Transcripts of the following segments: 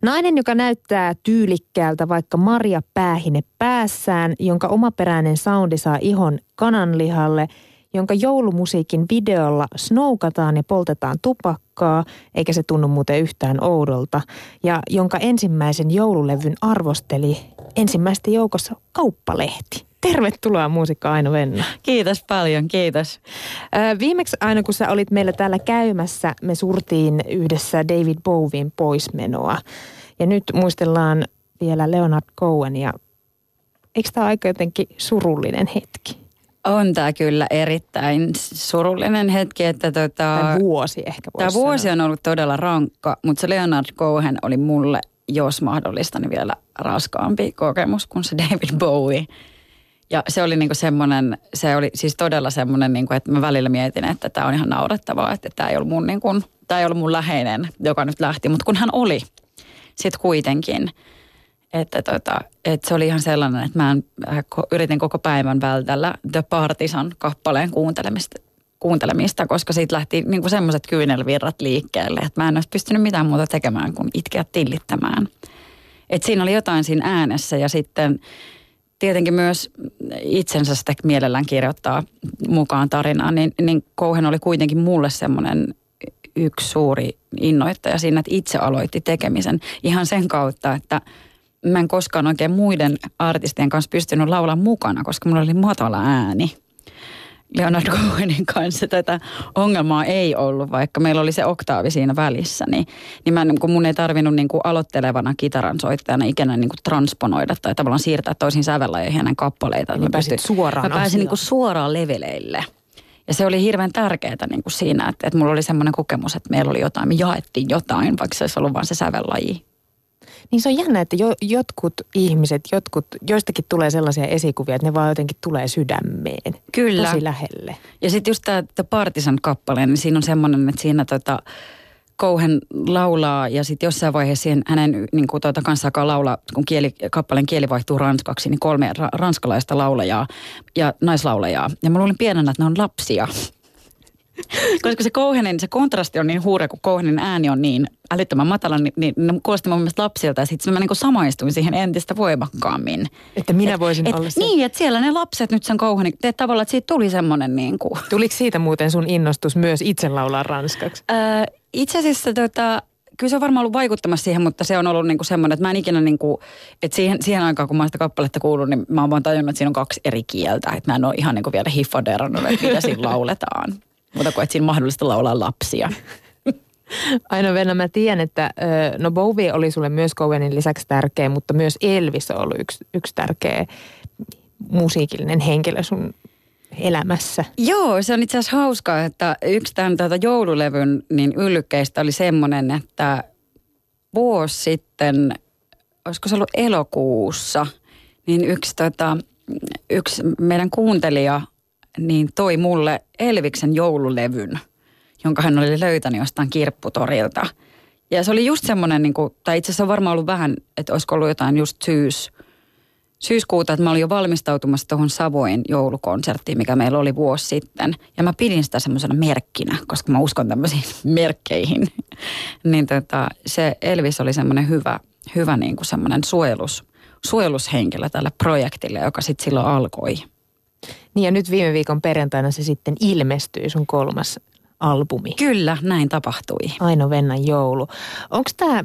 Nainen, joka näyttää tyylikkäältä vaikka marjapäähine päässään, jonka omaperäinen soundi saa ihon kananlihalle, jonka joulumusiikin videolla snoukataan ja poltetaan tupakkaa, eikä se tunnu muuten yhtään oudolta, ja jonka ensimmäisen joululevyn arvosteli ensimmäisten joukossa Kauppalehti. Tervetuloa muusikko Aino Venna. Kiitos paljon, kiitos. Viimeksi Aino, kun sä olit meillä täällä käymässä, me surtiin yhdessä David Bowien poismenoa. Ja nyt muistellaan vielä Leonard Cohenia. Eikö tämä aika jotenkin surullinen hetki? On tämä kyllä erittäin surullinen hetki, että Tai vuosi ehkä voisi Tämä vuosi on ollut todella rankka, mutta se Leonard Cohen oli mulle, jos mahdollista, niin vielä raskaampi kokemus kuin se David Bowie. Ja se oli niinku semmoinen, se oli siis todella semmoinen, niinku, että mä välillä mietin, että tämä on ihan naurettavaa, että tämä ei ollut mun, niinku, tämä ei ollut mun läheinen, joka nyt lähti. Mutta kun hän oli sitten kuitenkin, että se oli ihan sellainen, että mä yritin koko päivän vältellä The Partisan-kappaleen kuuntelemista, koska siitä lähti niinku semmoiset kyynelvirrat liikkeelle, että mä en olisi pystynyt mitään muuta tekemään kuin itkeä tillittämään. Että siinä oli jotain siinä äänessä ja sitten tietenkin myös itsensä sitä mielellään kirjoittaa mukaan tarinaan, niin Cohen oli kuitenkin mulle semmoinen yksi suuri innoittaja siinä, että itse aloitti tekemisen ihan sen kautta, että mä en koskaan oikein muiden artistien kanssa pystynyt laulamaan mukana, koska mulla oli matala ääni. Leonard Cohenin kanssa tätä ongelmaa ei ollut, vaikka meillä oli se oktaavi siinä välissä, niin kun mun ei tarvinnut niin kuin aloittelevana kitaransoittajana ikinä niin kuin transponoida tai tavallaan siirtää toisiin sävellajeihin hänen kappaleita. Mä pääsin niin kuin suoraan leveleille. Ja se oli hirveän tärkeää niin kuin siinä, että mulla oli semmoinen kokemus, että meillä oli jotain, me jaettiin jotain, vaikka se olisi ollut vaan se sävellaji. Niin se on jännä, että jotkut ihmiset, joistakin tulee sellaisia esikuvia, että ne vaan jotenkin tulee sydämeen. Kyllä. Tosi lähelle. Ja sitten just tämä Partisan-kappale, niin siinä on semmoinen, että siinä Cohen laulaa ja sitten jossain vaiheessa hänen niin kuin kanssa alkaa laulaa, kun kappaleen kieli vaihtuu ranskaksi, niin 3 ranskalaista laulajaa ja naislaulajaa. Ja mä luulin pienenä, että ne on lapsia. Koska se kontrasti on niin huure, kun Cohenin ääni on niin älyttömän matala, niin ne kuulosti mun mielestä lapsilta. Ja sitten mä niin kuin samaistuin siihen entistä voimakkaammin. Että minä voisin olla se. Niin, että siellä ne lapset nyt sen Cohenin, tavallaan, että siitä tuli semmoinen niin kuin. Tuliko siitä muuten sun innostus myös itse laulaa ranskaksi? Itse asiassa kyllä se on varmaan ollut vaikuttamassa siihen, mutta se on ollut niinku semmoinen, että mä en ikinä niinku, että siihen aikaan, kun mä oon sitä kappaletta kuullut, niin mä oon vaan tajunnut, että siinä on 2 eri kieltä. Että mä en ole ihan niinku vielä hiffaderannut, että mitä siinä lauletaan. Mutta kun et siinä mahdollista laulaa lapsia. Aino Venna, mä tiedän, että Bowie oli sulle myös Cohenin lisäksi tärkeä, mutta myös Elvis on ollut yksi tärkeä musiikillinen henkilö sun elämässä. Joo, se on itse asiassa hauskaa, että yksi tämän joululevyn niin yllykkeistä oli semmoinen, että vuosi sitten, olisiko se ollut elokuussa, niin yksi meidän kuuntelija niin toi mulle Elviksen joululevyn, jonka hän oli löytänyt jostain kirpputorilta. Ja se oli just semmoinen, niin kuin, tai itse asiassa on varmaan ollut vähän, että olisiko ollut jotain just syyskuuta, että mä olin jo valmistautumassa tuohon Savoin joulukonserttiin, mikä meillä oli vuosi sitten. Ja mä pidin sitä semmoisena merkkinä, koska mä uskon tämmöisiin merkkeihin. Niin se Elvis oli semmoinen hyvä niin kuin semmoinen suojelushenkilö tälle projektille, joka sitten silloin alkoi. Niin ja nyt viime viikon perjantaina se sitten ilmestyi, sun 3. albumi. Kyllä, näin tapahtui. Aino Vennan joulu. Onko tämä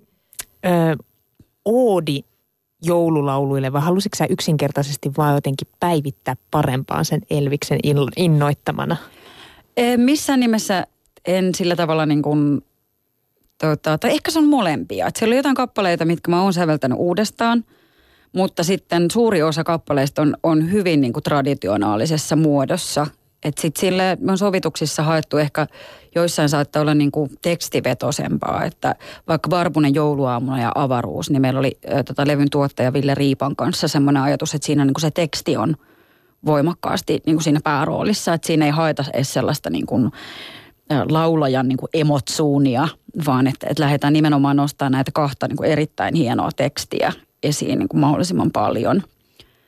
oodi joululauluille vai halusitko sä yksinkertaisesti vaan jotenkin päivittää parempaan sen Elviksen innoittamana? Missään nimessä en sillä tavalla niin kuin, tai ehkä se on molempia. Että siellä oli jotain kappaleita, mitkä mä oon säveltänyt uudestaan. Mutta sitten suuri osa kappaleista on hyvin niin kuin traditionaalisessa muodossa. Että sitten sille on sovituksissa haettu ehkä, joissain saattaa olla niin kuin tekstivetosempaa. Että vaikka Varpunen jouluaamuna ja avaruus, niin meillä oli levyn tuottaja Ville Riipan kanssa semmoinen ajatus, että siinä niin kuin se teksti on voimakkaasti niin kuin siinä pääroolissa. Että siinä ei haeta edes sellaista niin kuin laulajan niin kuin emotsuunia, vaan että lähdetään nimenomaan nostamaan näitä 2 niin kuin erittäin hienoa tekstiä esiin niin kuin mahdollisimman paljon.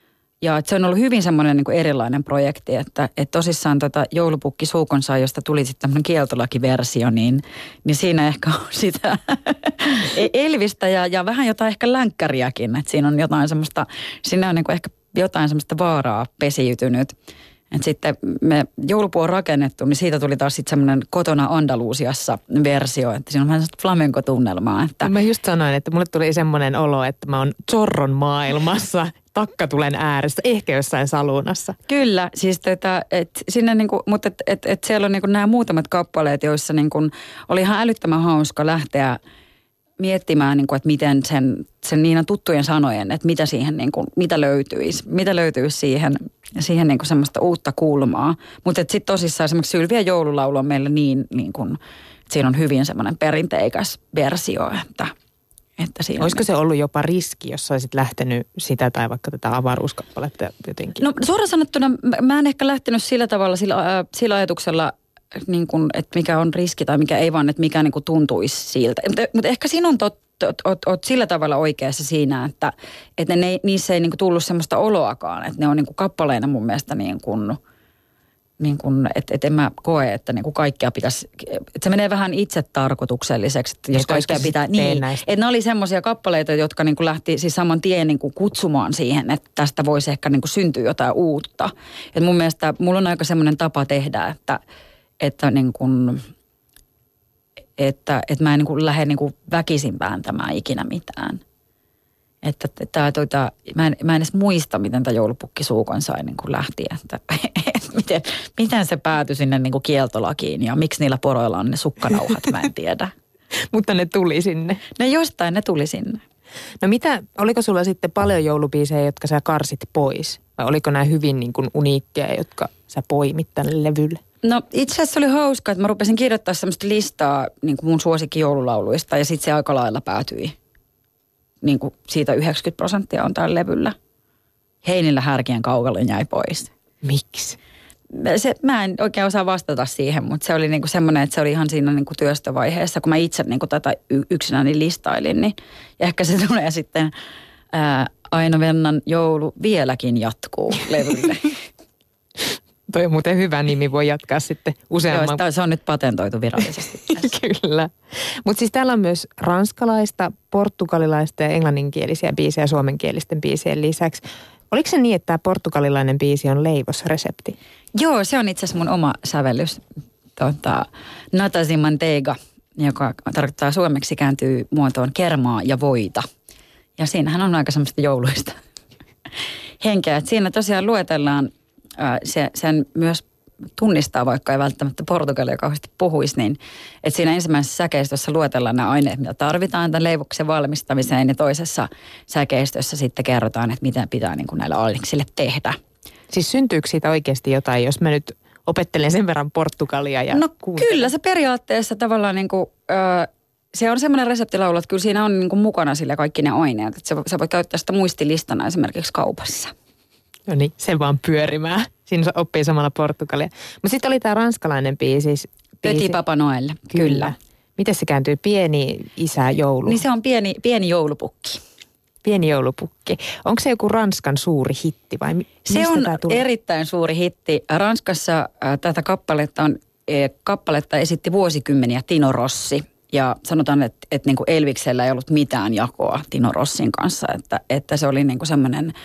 Ja se on ollut hyvin semmoinen niin kuin erilainen projekti, että tosissaan Joulupukki Suukonsa, josta tuli sitten tämmöinen kieltolakiversio, niin siinä ehkä on sitä Elvistä ja vähän jotain ehkä länkkäriäkin. Että siinä on jotain semmoista, siinä on niin kuin ehkä jotain semmoista vaaraa pesiytynyt. Että sitten me joulupuu on rakennettu, niin siitä tuli taas sitten semmoinen kotona Andalusiassa versio, että siinä on vähän sellaista flamenco-tunnelmaa. Että mä just sanoin, että mulle tuli semmoinen olo, että mä oon Zorron maailmassa, takkatulen ääressä, ehkä jossain salunassa. Kyllä, siis sinne niinku, mutta siellä on niinku nämä muutamat kappaleet, joissa niinku oli ihan älyttömän hauska lähteä miettimään, niinku, että miten sen niina tuttujen sanojen, että mitä siihen niinku, mitä löytyisi siihen niinku semmoista uutta kulmaa. Mutta sitten tosissaan esimerkiksi Sylviä joululaulu on meillä niin kuin, siinä on hyvin semmoinen perinteikäs versio, että siinä olisiko se ollut jopa riski, jos olisit lähtenyt sitä tai vaikka tätä avaruuskappaletta jotenkin? No suoraan sanottuna mä en ehkä lähtenyt sillä tavalla, sillä ajatuksella, niin kuin, että mikä on riski tai mikä ei, vaan että mikä niin kuin tuntuisi siltä. Mutta ehkä siinä on oot sillä tavalla oikeassa siinä, että niissä ei niin kuin tullut semmoista oloakaan. Että ne on niin kuin kappaleina mun mielestä niin kuin että en mä koe, että niin kuin kaikkea pitäisi, että se menee vähän itsetarkoitukselliseksi, että jos kaikkea pitää, niin, että ne oli semmoisia kappaleita, jotka niin kuin lähti siis saman tien niin kuin kutsumaan siihen, että tästä voisi ehkä niin kuin syntyä jotain uutta. Että mun mielestä mulla on aika semmoinen tapa tehdä, että niin kuin, että mä en niin kuin lähde niin kuin väkisin vääntämään ikinä mitään. Mä en edes muista, miten tämä Joulupukki Suukonsain niin kuin lähti, että miten se päätyi sinne niin kuin kieltolakiin ja miksi niillä poroilla on ne sukkanauhat, mä en tiedä. Mutta ne tuli sinne. Ne tuli sinne. No oliko sulla sitten paljon joulubiisejä, jotka sä karsit pois? Vai oliko nämä hyvin niin kuin uniikkeja, jotka sä poimit tänne levylle? No itse asiassa oli hauska, että mä rupesin kirjoittaa semmoista listaa niin kuin mun suosikki joululauluista ja sitten se aika lailla päätyi. Niin kuin siitä 90% on täällä levyllä. Heinillä härkien kaukalon jäi pois. Miksi? Mä en oikein osaa vastata siihen, mutta se oli niinku semmoinen, että se oli ihan siinä niinku työstövaiheessa, kun mä itse niinku tätä yksinäni listailin. Niin, ja ehkä se tulee sitten Aino Vennan joulu vieläkin jatkuu levylle. Toi on muuten hyvä nimi, voi jatkaa sitten useamman. Joo, se on nyt patentoitu virallisesti. Kyllä. Mutta siis täällä on myös ranskalaista, portugalilaista ja englanninkielisiä biisejä suomenkielisten biisien lisäksi. Oliko se niin, että tämä portugalilainen biisi on leivosresepti? Joo, se on itse asiassa mun oma sävellys. Natas y manteiga, joka tarkoittaa suomeksi kääntyy muotoon kermaa ja voita. Ja siinähän on aika semmoista jouluista henkeä. Et siinä tosiaan luetellaan, sen myös tunnistaa, vaikka ei välttämättä portugalia kauheasti puhuisi, niin että siinä ensimmäisessä säkeistössä luetellaan nämä aineet, mitä tarvitaan tämän leivoksen valmistamiseen, ja toisessa säkeistössä sitten kerrotaan, että mitä pitää niin kuin näillä aineiksille tehdä. Siis syntyykö siitä oikeasti jotain, jos mä nyt opettelen sen verran portugalia ja kuuntelen? Kyllä se periaatteessa tavallaan niin kuin, se on semmoinen reseptilaulu, että kyllä siinä on niin kuin mukana sillä kaikki ne aineet, että sä voit käyttää sitä muistilistana esimerkiksi kaupassa. No niin, se vaan pyörimään. Siinä oppii samalla portugalia. Mutta sitten oli tämä ranskalainen biisi. Petit Papa Noel, kyllä. Miten se kääntyy? Pieni isä joulu? Niin se on pieni joulupukki. Pieni joulupukki. Onko se joku Ranskan suuri hitti vai se on erittäin suuri hitti. Ranskassa tätä kappaletta esitti vuosikymmeniä Tino Rossi. Ja sanotaan, että niin kuin Elviksellä ei ollut mitään jakoa Tino Rossin kanssa. Että se oli niin kuin semmoinen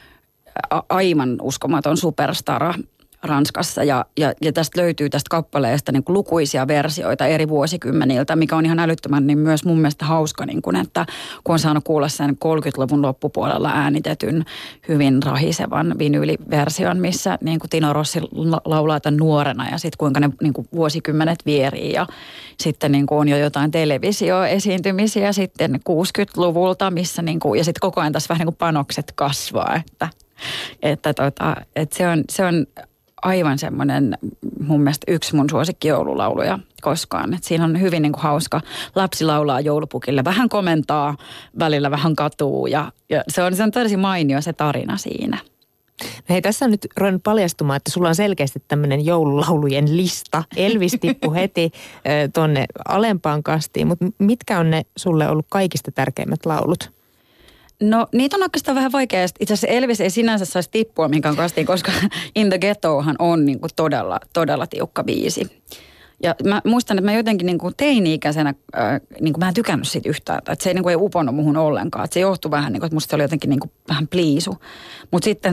aivan uskomaton superstara Ranskassa ja tästä löytyy tästä kappaleesta niin kuin lukuisia versioita eri vuosikymmeniltä, mikä on ihan älyttömän niin myös mun mielestä hauska, niin kuin, että kun on saanut kuulla sen 30-luvun loppupuolella äänitetyn hyvin rahisevan vinyyliversion, missä niin kuin Tino Rossi laulaa tämän nuorena ja sitten kuinka ne niin kuin vuosikymmenet vierii ja sitten niin kuin on jo jotain televisioesiintymisiä sitten 60-luvulta, missä niin kuin, ja sitten koko ajan tässä vähän niin kuin panokset kasvaa, että se on aivan semmoinen mun mielestä yksi mun suosikkijoululauluja koskaan. Et siinä on hyvin niin kuin hauska. Lapsi laulaa joulupukille, vähän komentaa, välillä vähän katuu ja se on tosi mainio se tarina siinä. Hei, tässä on nyt ruvennut paljastumaan, että sulla on selkeästi tämmöinen joululaulujen lista. Elvis tippui heti tonne alempaan kastiin, mutta mitkä on ne sulle ollut kaikista tärkeimmät laulut? No niitä on oikeastaan vähän vaikea. Itse asiassa Elvis ei sinänsä saisi tippua minkään kastiin, koska In the Ghettohan on niin kuin todella tiukka biisi. Ja mä muistan, että mä jotenkin niin kuin teini-ikäisenä, niin kuin mä en tykännyt siitä yhtään, että se ei uponnut muhun ollenkaan. Että se johtui vähän, niin kuin, että musta se oli jotenkin niin kuin vähän pliisu. Mutta sitten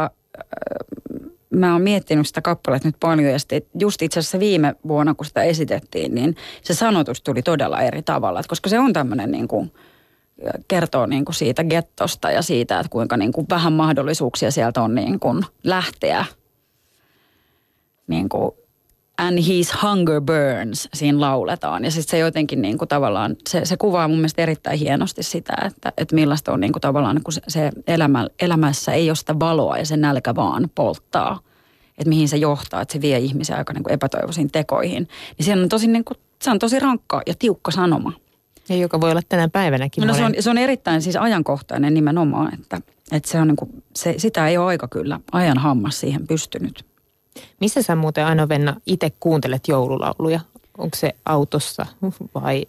mä oon miettinyt sitä kappaletta nyt paljon ja sitten just itse asiassa viime vuonna, kun sitä esitettiin, niin se sanotus tuli todella eri tavalla. Että koska se on tämmöinen niin kuin, kertoo niin kuin siitä gettosta ja siitä, että kuinka niin kuin vähän mahdollisuuksia sieltä on niin kuin lähteä niin kuin and his hunger burns, siinä lauletaan. Ja sitten se jotenkin niin kuin tavallaan, se kuvaa mun mielestä erittäin hienosti sitä, että millaista on niin kuin tavallaan, kun se elämässä ei ole sitä valoa ja se nälkä vaan polttaa. Että mihin se johtaa, että se vie ihmisiä aika niin kuin epätoivoisiin tekoihin. Niin se on tosi rankka ja tiukka sanoma. Ja joka voi olla tänä päivänäkin. No se on erittäin siis ajankohtainen nimenomaan, että se on niin kuin, sitä ei ole aika kyllä ajan hammas siihen pystynyt. Missä sä muuten Aino Venna itse kuuntelet joululauluja? Onko se autossa vai?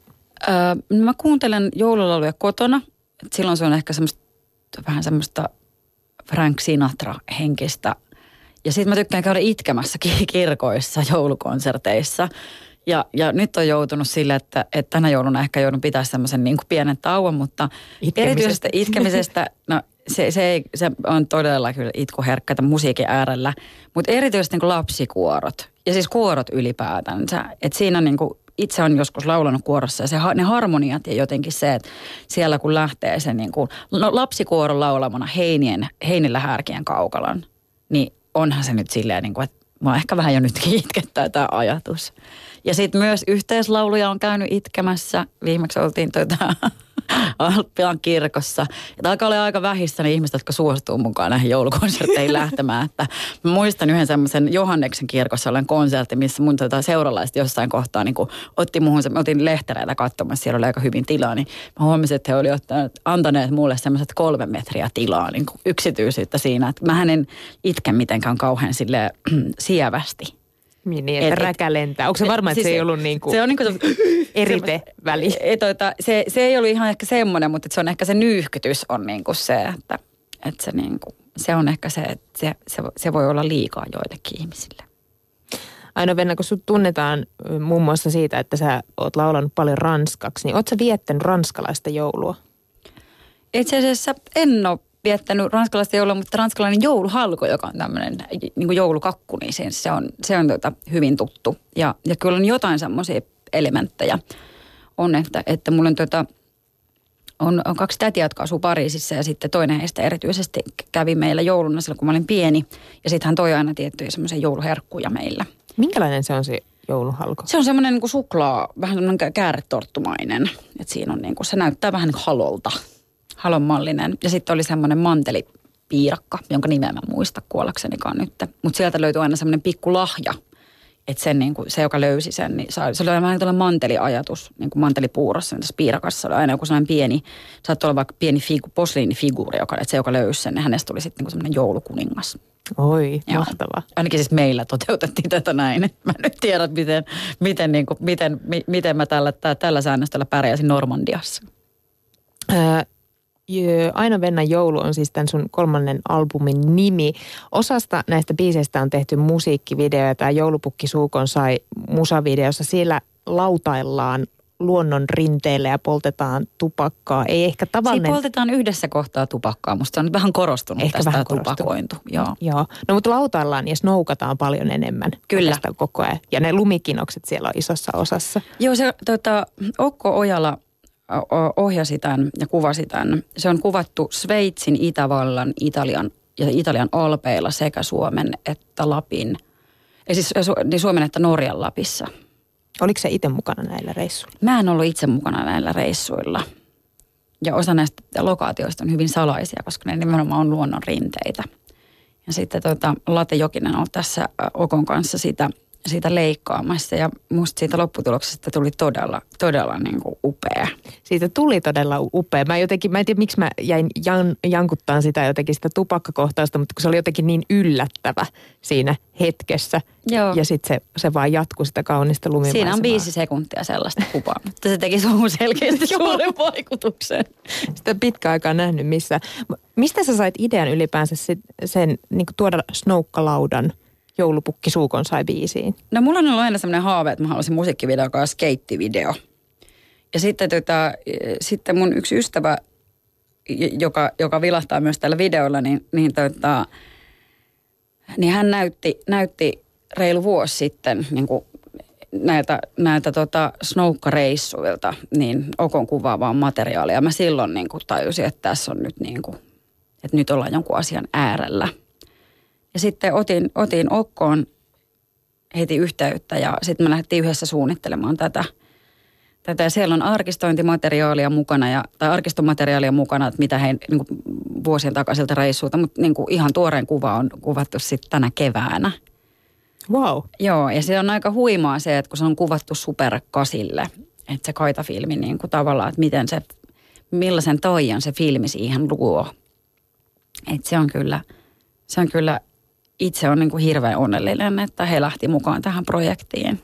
Mä kuuntelen joululauluja kotona. Et silloin se on ehkä vähän semmoista Frank Sinatra-henkistä. Ja sitten mä tykkään käydä itkemässä kirkoissa, joulukonserteissa. Ja nyt on joutunut sille, että tänä jouluna ehkä joudun pitää semmoisen niin kuin pienen tauon, mutta erityisesti itkemisestä, no se on todella kyllä itkuherkkä tämän musiikin äärellä, mutta erityisesti niin kuin lapsikuorot ja siis kuorot ylipäätänsä, että siinä niin kuin itse on joskus laulanut kuorossa ja ne harmoniat ja jotenkin se, että siellä kun lähtee se niin kuin lapsikuoron laulamana heinillä härkien kaukalan, niin onhan se nyt silleen niin kuin, että mä ehkä vähän jo nytkin itkettää tämä ajatus. Ja sitten myös yhteislauluja on käynyt itkemässä. Viimeksi oltiin Alppilan kirkossa. Ja alkaa olla aika vähissä ne ihmiset, jotka suostuu mukaan näihin joulukonsertteihin lähtemään. Että mä muistan yhden semmoisen Johanneksen kirkossa olen konsertti, missä mun seuralaiset jossain kohtaa niin me oltiin lehtereitä katsomassa, siellä oli aika hyvin tilaa, niin mä huomasin, että he olivat antaneet mulle semmoiset 3 metriä tilaa, niin kuin yksityisyyttä siinä. Että mä en itke mitenkään kauhean silleen sievästi. Niin, että räkä lentää. Onko se varma, että se ei ollut niin kuin se on niin kuin eriteväli? Se ei ollut ihan ehkä semmoinen, mutta se on ehkä se nyyhkytys on niin kuin se, että se, niin kuin, se on ehkä se, että se voi olla liikaa joillekin ihmisille. Aino Venna, kun sut tunnetaan muun muassa siitä, että sä oot laulanut paljon ranskaksi, niin oot sä viettänyt ranskalaista joulua? Itse asiassa en ole viettänyt ranskalaista joulua, mutta ranskalainen jouluhalko, joka on tämmöinen niin kuin joulukakku, niin se on hyvin tuttu. Ja kyllä on jotain semmoisia elementtejä on, että mulla on 2 tätiä, jotka asuu Pariisissa ja sitten toinen heistä erityisesti kävi meillä jouluna silloin, kun mä olin pieni. Ja sitten hän toi aina tiettyjä semmoisia jouluherkkuja meillä. Minkälainen se on se jouluhalko? Se on semmoinen niin kuin suklaa, vähän semmoinen kääretorttumainen. Että siinä on niin kuin, se näyttää vähän niin kuin halolta. Halonmallinen. Ja sitten oli semmoinen mantelipiirakka, jonka nimeä mä muista kuollaksenikaan nyt. Mutta sieltä löytyi aina semmoinen pikku lahja. Että se, joka löysi sen, niin se oli vähän tällainen manteliajatus, niin kuin mantelipuurossa. Tässä piirakassa oli aina joku sellainen pieni, saattoi olla vaikka pieni posliinifiguuri, että se, joka löysi sen, niin hänestä tuli sitten niin semmoinen joulukuningas. Oi, mahtavaa. Ainakin siis meillä toteutettiin tätä näin. Mä en nyt tiedä, miten mä tällä säännöstöllä pärjäsin Normandiassa. Aino Vennan joulu on siis tämän sun 3. albumin nimi. Osasta näistä biiseistä on tehty musiikkivideo ja tämä Joulupukki Suukon sai musavideossa. Siellä lautaillaan luonnon rinteille ja poltetaan tupakkaa. Ei ehkä tavallinen. Siinä poltetaan yhdessä kohtaa tupakkaa. Musta on nyt vähän korostunut ehkä tästä vähän tupakointu. Joo. No mutta lautaillaan ja snoukataan paljon enemmän. Kyllä. Koko ajan. Ja ne lumikinokset siellä on isossa osassa. Joo, se Okko Ojala ohjasi tämän ja kuvasi tämän. Se on kuvattu Sveitsin, Itävallan, Italian Alpeilla sekä Suomen että Lapin. Ei siis niin Suomen että Norjan Lapissa. Oliko se itse mukana näillä reissuilla? Mä en ollut itse mukana näillä reissuilla. Ja osa näistä lokaatioista on hyvin salaisia, koska ne nimenomaan on luonnon rinteitä. Ja sitten Late Jokinen on tässä Okon kanssa sitä siitä leikkaamassa ja musta siitä lopputuloksesta tuli todella niin kuin upea. Siitä tuli todella upea. Mä en tiedä miksi mä jäin jankuttaan sitä jotenkin sitä tupakkakohtausta, mutta kun se oli jotenkin niin yllättävä siinä hetkessä. Joo. Ja sitten se vaan jatkui sitä kaunista lumimaisemaa. Siinä on 5 sekuntia sellaista kuvaa, mutta se teki suhun selkeästi suuren vaikutuksen. Sitä on pitkä aikaa nähnyt missä. Mistä sä sait idean ylipäänsä sen niin kuin tuoda Snoukka-laudan Joulupukki suukon sai biisiin? No mulla on ollut aina sellainen haave, että mä haluaisin musiikkivideo, joka on skeittivideo. Ja sitten mun yksi ystävä, joka vilahtaa myös tällä videolla, niin hän näytti reilu vuosi sitten niin kuin näiltä Snoukka-reissuilta niin Okon kuvaavaa materiaalia. Mä silloin niin kuin tajusin, että tässä on nyt niin kuin, että nyt ollaan jonkun asian äärellä. Ja sitten otin Okkoon heti yhteyttä ja sitten me lähdettiin yhdessä suunnittelemaan tätä. Ja siellä on arkistointimateriaalia mukana tai arkistomateriaalia mukana, että mitä he niin kuin vuosien takaisilta reissuilta, mutta niin kuin ihan tuoreen kuva on kuvattu sitten tänä keväänä. Wow. Joo, ja se on aika huimaa se, että kun se on kuvattu superkasille, että se kaitafilmi niin kuin tavallaan, että millaisen toijan se filmi siihen luo. Että se on kyllä, itse on niin kuin hirveän onnellinen, että he lähti mukaan tähän projektiin.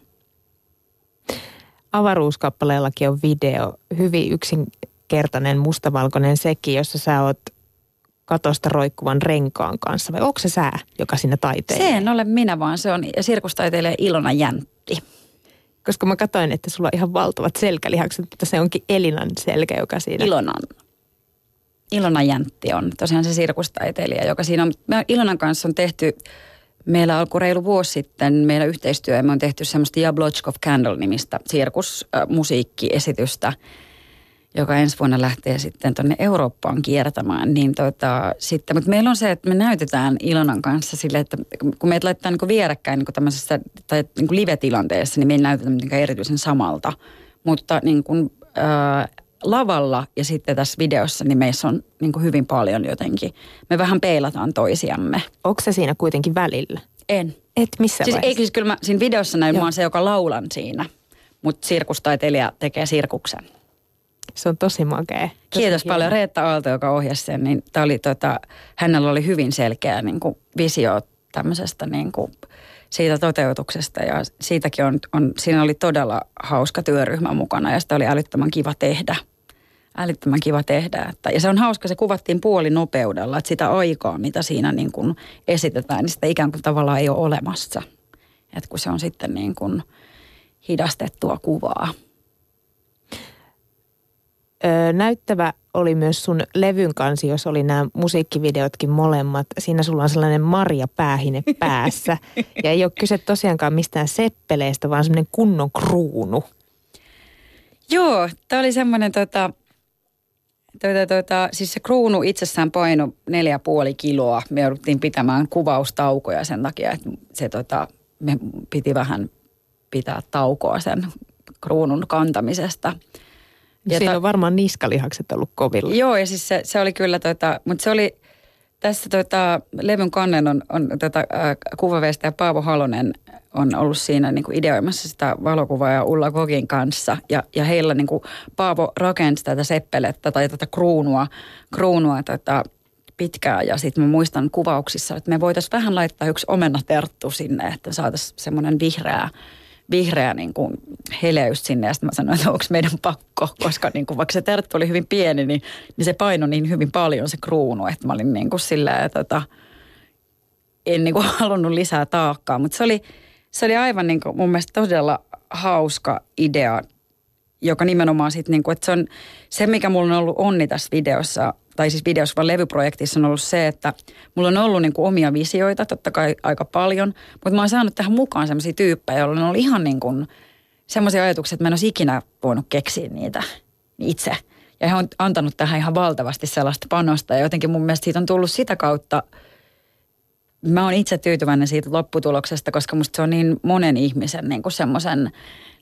Avaruuskappaleellakin on video, hyvin yksinkertainen mustavalkoinen sekin, jossa sä oot katosta roikkuvan renkaan kanssa. Vai onko se sä, joka siinä taiteilee? Se en ole minä, vaan se on sirkustaiteilija Ilona Jäntti. Koska mä katsoin, että sulla on ihan valtavat selkälihakset, mutta se onkin Elinan selkä, joka siinä... Ilona Jäntti on tosiaan se sirkustaiteilija, joka siinä on... Ilonan kanssa on tehty... Meillä alkoi reilu vuosi sitten meidän yhteistyö ja me on tehty semmoista Jablotchkov Candle-nimistä sirkusmusiikkiesitystä, joka ensi vuonna lähtee sitten tuonne Eurooppaan kiertämään. Mutta meillä on se, että me näytetään Ilonan kanssa sille, että kun meitä laittaa niin kuin vierekkäin niin kuin tämmöisessä tai niin kuin live-tilanteessa, niin me ei näytetä mitenkään erityisen samalta. Mutta niin kuin, lavalla ja sitten tässä videossa, niin meissä on niin kuin hyvin paljon jotenkin. Me vähän peilataan toisiamme. Onko se siinä kuitenkin välillä? En. Et missä vaiheessa? Siis kyllä mä siinä videossa näin, mä oon se, joka laulan siinä. Mutta sirkustaiteilija tekee sirkuksen. Se on tosi makea. Kiitos paljon Reetta Aalto, joka ohjasi sen. Niin hänellä oli hyvin selkeä niin kuin visio tämmöisestä niin kuin siitä toteutuksesta. Ja siitäkin siinä oli todella hauska työryhmä mukana ja sitä oli älyttömän kiva tehdä. Ja se on hauska, se kuvattiin puolinopeudella, että sitä aikaa, mitä siinä niin kuin esitetään, niin sitä ikään kuin tavallaan ei ole olemassa. Että kun se on sitten niin kuin hidastettua kuvaa. Näyttävä oli myös sun levyn kansi, jos oli nämä musiikkivideotkin molemmat. Siinä sulla on sellainen Maria Päähine päässä. Ja ei ole kyse tosiaankaan mistään seppeleistä, vaan semmoinen kunnon kruunu. Joo, tämä oli semmoinen siis se kruunu itsessään painoi 4,5 kiloa. Me jouduttiin pitämään kuvaustaukoja sen takia, että me piti vähän pitää taukoa sen kruunun kantamisesta. Siinä on varmaan niskalihakset ollut kovilla. Joo, ja siis se oli kyllä, mutta se oli tässä levyn kannen on kuvaveistä Paavo Halonen on ollut siinä niin kuin ideoimassa sitä valokuvaa ja Ulla Gogin kanssa. Ja heillä niin kuin Paavo rakensi tätä seppelettä tai tätä kruunua pitkään. Ja sitten mä muistan kuvauksissa, että me voitaisiin vähän laittaa yksi omenaterttu sinne, että saataisiin semmoinen vihreä niin kuin heleys sinne. Ja sitten mä sanoin, että onko meidän pakko, koska niin kuin, vaikka se terttu oli hyvin pieni, niin se painoi niin hyvin paljon se kruunu, että mä olin niin kuin silleen, että en niin kuin halunnut lisää taakkaa. Mutta se oli aivan niin kuin mun mielestä todella hauska idea, joka nimenomaan sitten niin kuin, että se on se, mikä mulla on ollut onni tässä videossa, tai siis videossa vaan levyprojektissa on ollut se, että mulla on ollut niin kuin omia visioita, totta kai aika paljon, mutta mä oon saanut tähän mukaan sellaisia tyyppejä, joilla on ollut ihan niin kuin semmoisia ajatuksia, että mä en olisi ikinä voinut keksiä niitä itse. Ja he on antanut tähän ihan valtavasti sellaista panosta ja jotenkin mun mielestä siitä on tullut sitä kautta mä oon itse tyytyväinen siitä lopputuloksesta, koska musta se on niin monen ihmisen niin kuin semmoisen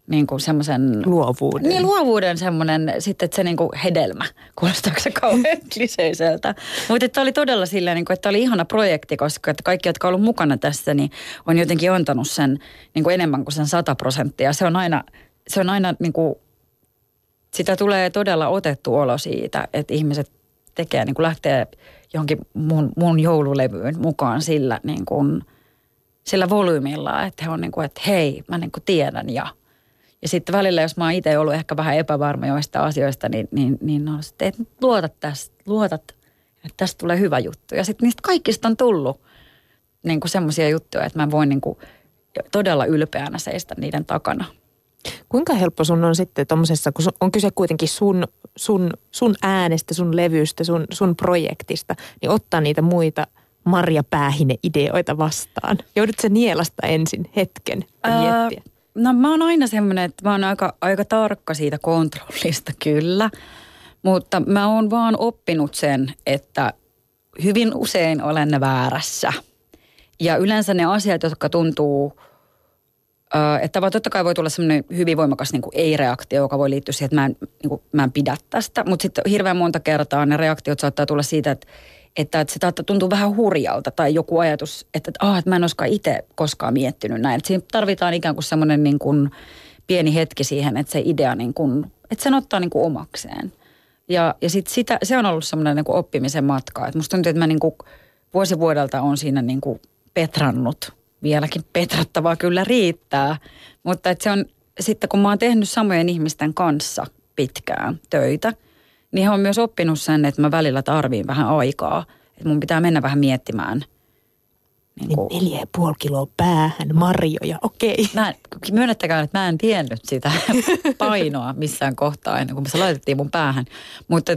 luovuuden. Niin, luovuuden semmoinen, sitten että se niinku hedelmä, kuulostaako se kauhean kliseiseltä. Mutta että oli todella silleen, niinku, että oli ihana projekti, koska että kaikki, jotka on ollut mukana tässä, niin on jotenkin antanut sen niinku enemmän kuin sen 100%. Se on aina niinku, sitä tulee todella otettu olo siitä, että ihmiset tekee, niinku lähtee johonkin mun joululevyyn mukaan sillä, niinku, sillä volyymilla, että he on niinku, että hei, mä niinku tiedän ja sitten välillä, jos mä oon itse ollut ehkä vähän epävarma joista asioista, niin no sitten, että luotat, että tästä tulee hyvä juttu. Ja sitten niistä kaikista on tullut niin kuin semmoisia juttuja, että mä voin niin kuin todella ylpeänä seistä niiden takana. Kuinka helppo sun on sitten tommosessa, kun on kyse kuitenkin sun äänestä, sun levystä, sun projektista, niin ottaa niitä muita Marja Päähine-ideoita vastaan? Joudut sä nielasta ensin hetken ja miettiä? No mä oon aina semmoinen, että mä oon aika tarkka siitä kontrollista kyllä, mutta mä oon vaan oppinut sen, että hyvin usein olen väärässä. Ja yleensä ne asiat, jotka tuntuu, että totta kai voi tulla semmoinen hyvin voimakas niin kuin ei-reaktio, joka voi liittyä siihen, että mä en pidä tästä. Mutta sitten hirveän monta kertaa ne reaktiot saattaa tulla siitä, että se tuntuu vähän hurjalta tai joku ajatus, että mä en olisikaan itse koskaan miettinyt näin. Että siinä tarvitaan ikään kuin semmoinen niin kuin pieni hetki siihen, että se idea niin kuin, että sen ottaa niin kuin omakseen. Ja sitten se on ollut semmoinen niin kuin oppimisen matka. Että musta tuntuu, että mä niin kuin vuosi vuodelta on siinä niin kuin petrannut. Vieläkin petrattavaa kyllä riittää. Mutta että se on sitten, kun mä oon tehnyt samojen ihmisten kanssa pitkään töitä, niin he on myös oppinut sen, että mä välillä tarviin vähän aikaa. Että mun pitää mennä vähän miettimään. Niin 4,5 kiloa päähän, marjoja, okei. Myönnettäkään, että mä en tiennyt sitä painoa missään kohtaa ennen kuin se laitettiin mun päähän. Mutta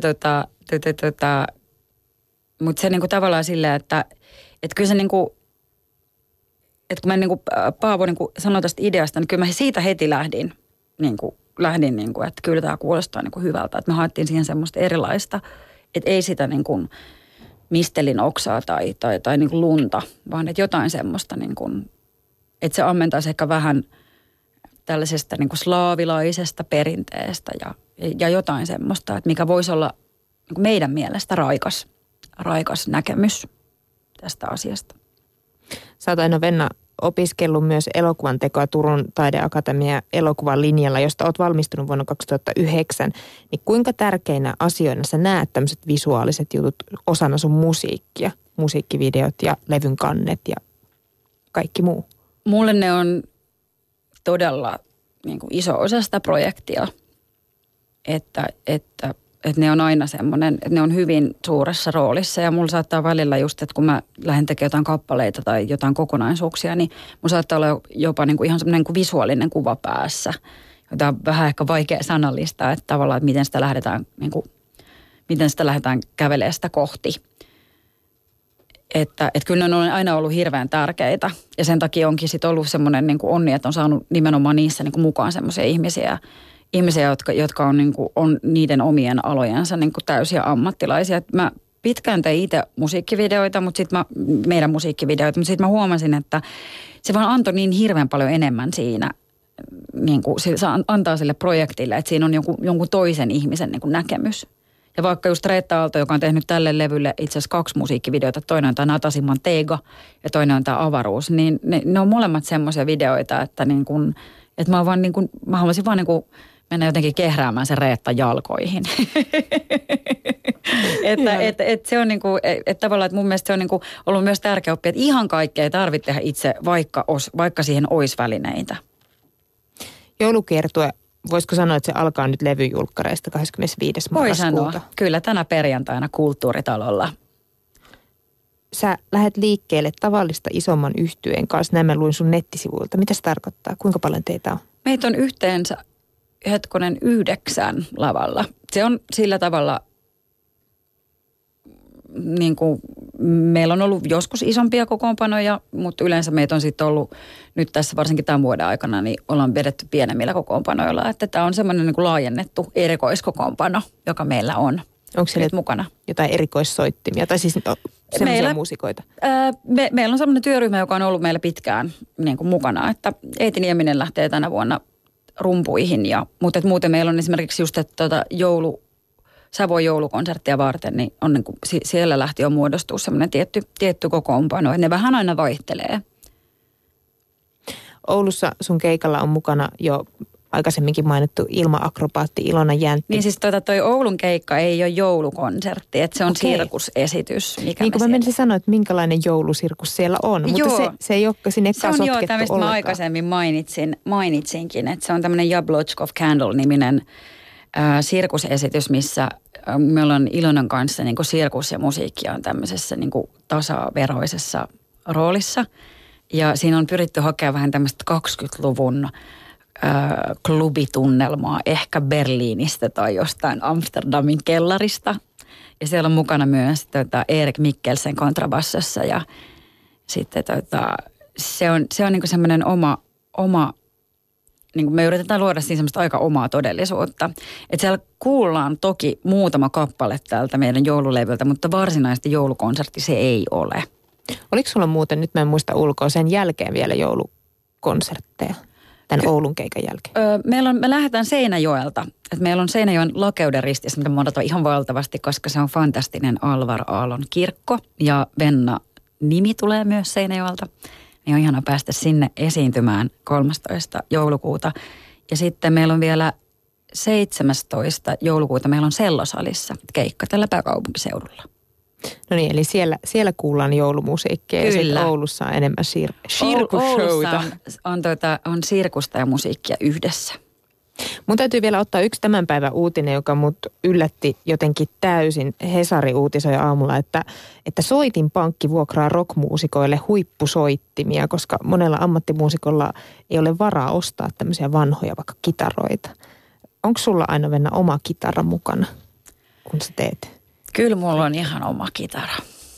mutta se niinku tavallaan silleen, että kyllä se niinku, että kun mä niinku Paavo niinku sanoi tästä ideasta, niin kyllä mä siitä heti lähdin, että kyllä tämä kuulostaa niinku hyvältä. Että me haettiin siihen semmoista erilaista, että ei sitä niinku mistelin oksaa tai niinku lunta, vaan että jotain semmoista, niinku, että se ammentaisi ehkä vähän tällaisesta niinku slaavilaisesta perinteestä ja jotain semmoista, että mikä voisi olla niinku meidän mielestä raikas näkemys tästä asiasta. Sä oot Aino Venna opiskellut myös elokuvan tekoa Turun taideakatemian elokuvan linjalla, josta oot valmistunut vuonna 2009. Niin kuinka tärkeinä asioina sä näet tämmöiset visuaaliset jutut osana sun musiikkia? Musiikkivideot ja levyn kannet ja kaikki muu. Mulle ne on todella niin kuin iso osa sitä projektia, että ne on aina semmoinen, että ne on hyvin suuressa roolissa ja mulla saattaa välillä just, että kun mä lähden tekemään jotain kappaleita tai jotain kokonaisuuksia, niin mulla saattaa olla jopa niin kuin ihan semmoinen kuin visuaalinen kuva päässä, jota on vähän ehkä vaikea sanallistaa, että tavallaan, että miten sitä lähdetään, niin kuin, miten sitä lähdetään kävelemään sitä kohti. Että kyllä ne on aina ollut hirveän tärkeitä ja sen takia onkin sitten ollut semmoinen niin kuin onni, että on saanut nimenomaan niissä niin kuin mukaan semmoisia ihmisiä, jotka on, niin kuin, on niiden omien alojensa niin kuin täysiä ammattilaisia. Et mä pitkään tein itse musiikkivideoita, meidän musiikkivideoita, mutta sitten mä huomasin, että se vaan antoi niin hirveän paljon enemmän siinä, niin kuin, se antaa sille projektille, että siinä on jonkun toisen ihmisen niin kuin näkemys. Ja vaikka just Reetta Aalto, joka on tehnyt tälle levylle itse asiassa 2 musiikkivideota, toinen on tämä Natasimman Teega ja toinen on tämä Avaruus, niin ne on molemmat semmoisia videoita, että niin kuin, että mä haluaisin vaan niin kuin mennä jotenkin kehräämään sen Reetta jalkoihin. että se on niin kuin, että tavallaan, että mun mielestä se on niin kuin ollut myös tärkeä oppia, että ihan kaikkea ei tarvitse tehdä itse, vaikka siihen olisi välineitä. Joulukiertue, voisiko sanoa, että se alkaa nyt levyjulkkareista 25. marraskuuta? Voi sanoa, kyllä tänä perjantaina Kulttuuritalolla. Sä lähdet liikkeelle tavallista isomman yhtyeen kanssa, näin mä luin sun nettisivuilta. Mitä se tarkoittaa? Kuinka paljon teitä on? Meitä on yhteensä 9 lavalla. Se on sillä tavalla, niin kuin meillä on ollut joskus isompia kokoonpanoja, mutta yleensä meitä on sitten ollut nyt tässä varsinkin tämän vuoden aikana, niin ollaan vedetty pienemmillä kokoonpanoilla. Että tämä on semmoinen niin kuin laajennettu erikoiskokoonpano, joka meillä on. Onko siellä mukana. Jotain erikoissoittimia tai siis sellaisia muusikoita? Meillä on sellainen työryhmä, joka on ollut meillä pitkään niin kuin mukana, että Eeti Nieminen lähtee tänä vuonna rumpuihin. Mutta muuten meillä on esimerkiksi just, että Savon joulukonserttia varten, niin on niin kuin, siellä lähti jo muodostua semmoinen tietty kokoonpano. Ne vähän aina vaihtelee. Oulussa sun keikalla on mukana jo aikaisemminkin mainittu ilma-akrobaatti Ilona Jäntti. Niin siis toi Oulun keikka ei ole joulukonsertti, että se on sirkusesitys. Niin kuin mä menisin sanoa, että minkälainen joulusirkus siellä on, mutta se ei ole sinne sotkettu ollenkaan. Se on tämmöistä mä aikaisemmin mainitsinkin, että se on tämmöinen Jablotchkov Candle-niminen sirkusesitys, missä meillä on Ilonan kanssa niin kuin sirkus ja musiikki on tämmöisessä niin kuin tasaveroisessa roolissa. Ja siinä on pyritty hakemaan vähän tämmöistä 20-luvun klubitunnelmaa, ehkä Berliinistä tai jostain Amsterdamin kellarista. Ja siellä on mukana myös Erik Mikkelsen kontrabassossa ja sitten se on niin kuin semmoinen oma niin kuin me yritetään luoda siinä semmoista aika omaa todellisuutta. Että siellä kuullaan toki muutama kappale täältä meidän joululevyltä, mutta varsinaisesti joulukonsertti se ei ole. Oliko sulla muuten, nyt mä en muista ulkoa, sen jälkeen vielä joulukonsertteja? Tämän Oulun keikan jälkeen? Me lähdetään Seinäjoelta. Et meillä on Seinäjoen Lakeuden ristissä, mitä me odotan ihan valtavasti, koska se on fantastinen Alvar Aallon kirkko. Ja Venna nimi tulee myös Seinäjoelta. Niin on ihana päästä sinne esiintymään 13. joulukuuta. Ja sitten meillä on vielä 17. joulukuuta meillä on Sellosalissa keikka tällä pääkaupunkiseudulla. No niin, eli siellä kuullaan joulumusiikkia. Kyllä. Ja sitten Oulussa on enemmän sirkusshowta. On sirkusta ja musiikkia yhdessä. Mun täytyy vielä ottaa yksi tämän päivän uutinen, joka mut yllätti jotenkin täysin. Hesari uutisoi aamulla, että soitinpankki vuokraa rockmuusikoille huippusoittimia, koska monella ammattimuusikolla ei ole varaa ostaa tämmöisiä vanhoja vaikka kitaroita. Onko sulla aina Venna oma kitara mukana, kun sä teet? Kyllä mulla on ihan oma kitara.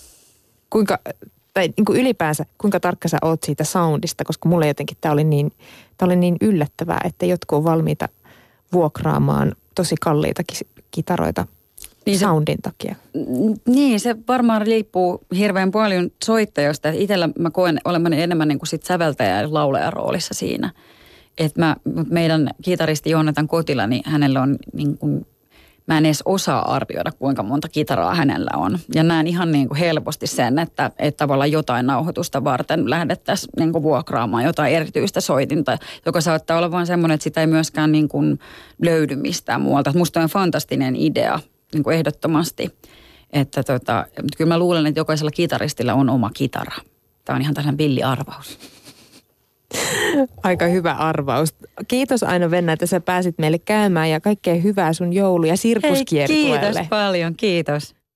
Niin kuin ylipäänsä, kuinka tarkka sä oot siitä soundista, koska mulle jotenkin tämä oli niin yllättävää, että jotkut on valmiita vuokraamaan tosi kalliita kitaroita niin soundin takia. Niin, se varmaan riippuu hirveän paljon soittajasta. Itsellä mä koen olemani enemmän niin kuin sit säveltäjä ja laulajan roolissa siinä. Että meidän kitaristi Joonatan Kotila, niin hänellä on niin kuin, mä en edes osaa arvioida, kuinka monta kitaraa hänellä on. Ja näen ihan niin kuin helposti sen, että tavallaan jotain nauhoitusta varten lähdettäisiin niin kuin vuokraamaan jotain erityistä soitinta, joka saattaa olla vain semmoinen, että sitä ei myöskään niin kuin löydy mistään muualta. Että musta on fantastinen idea niin kuin ehdottomasti. Että kyllä mä luulen, että jokaisella kitaristilla on oma kitara. Tämä on ihan tällainen villiarvaus. Aika hyvä arvaus. Kiitos Aino Venna, että sä pääsit meille käymään ja kaikkea hyvää sun joulu- ja sirkuskiertueelle. Kiitos paljon, kiitos.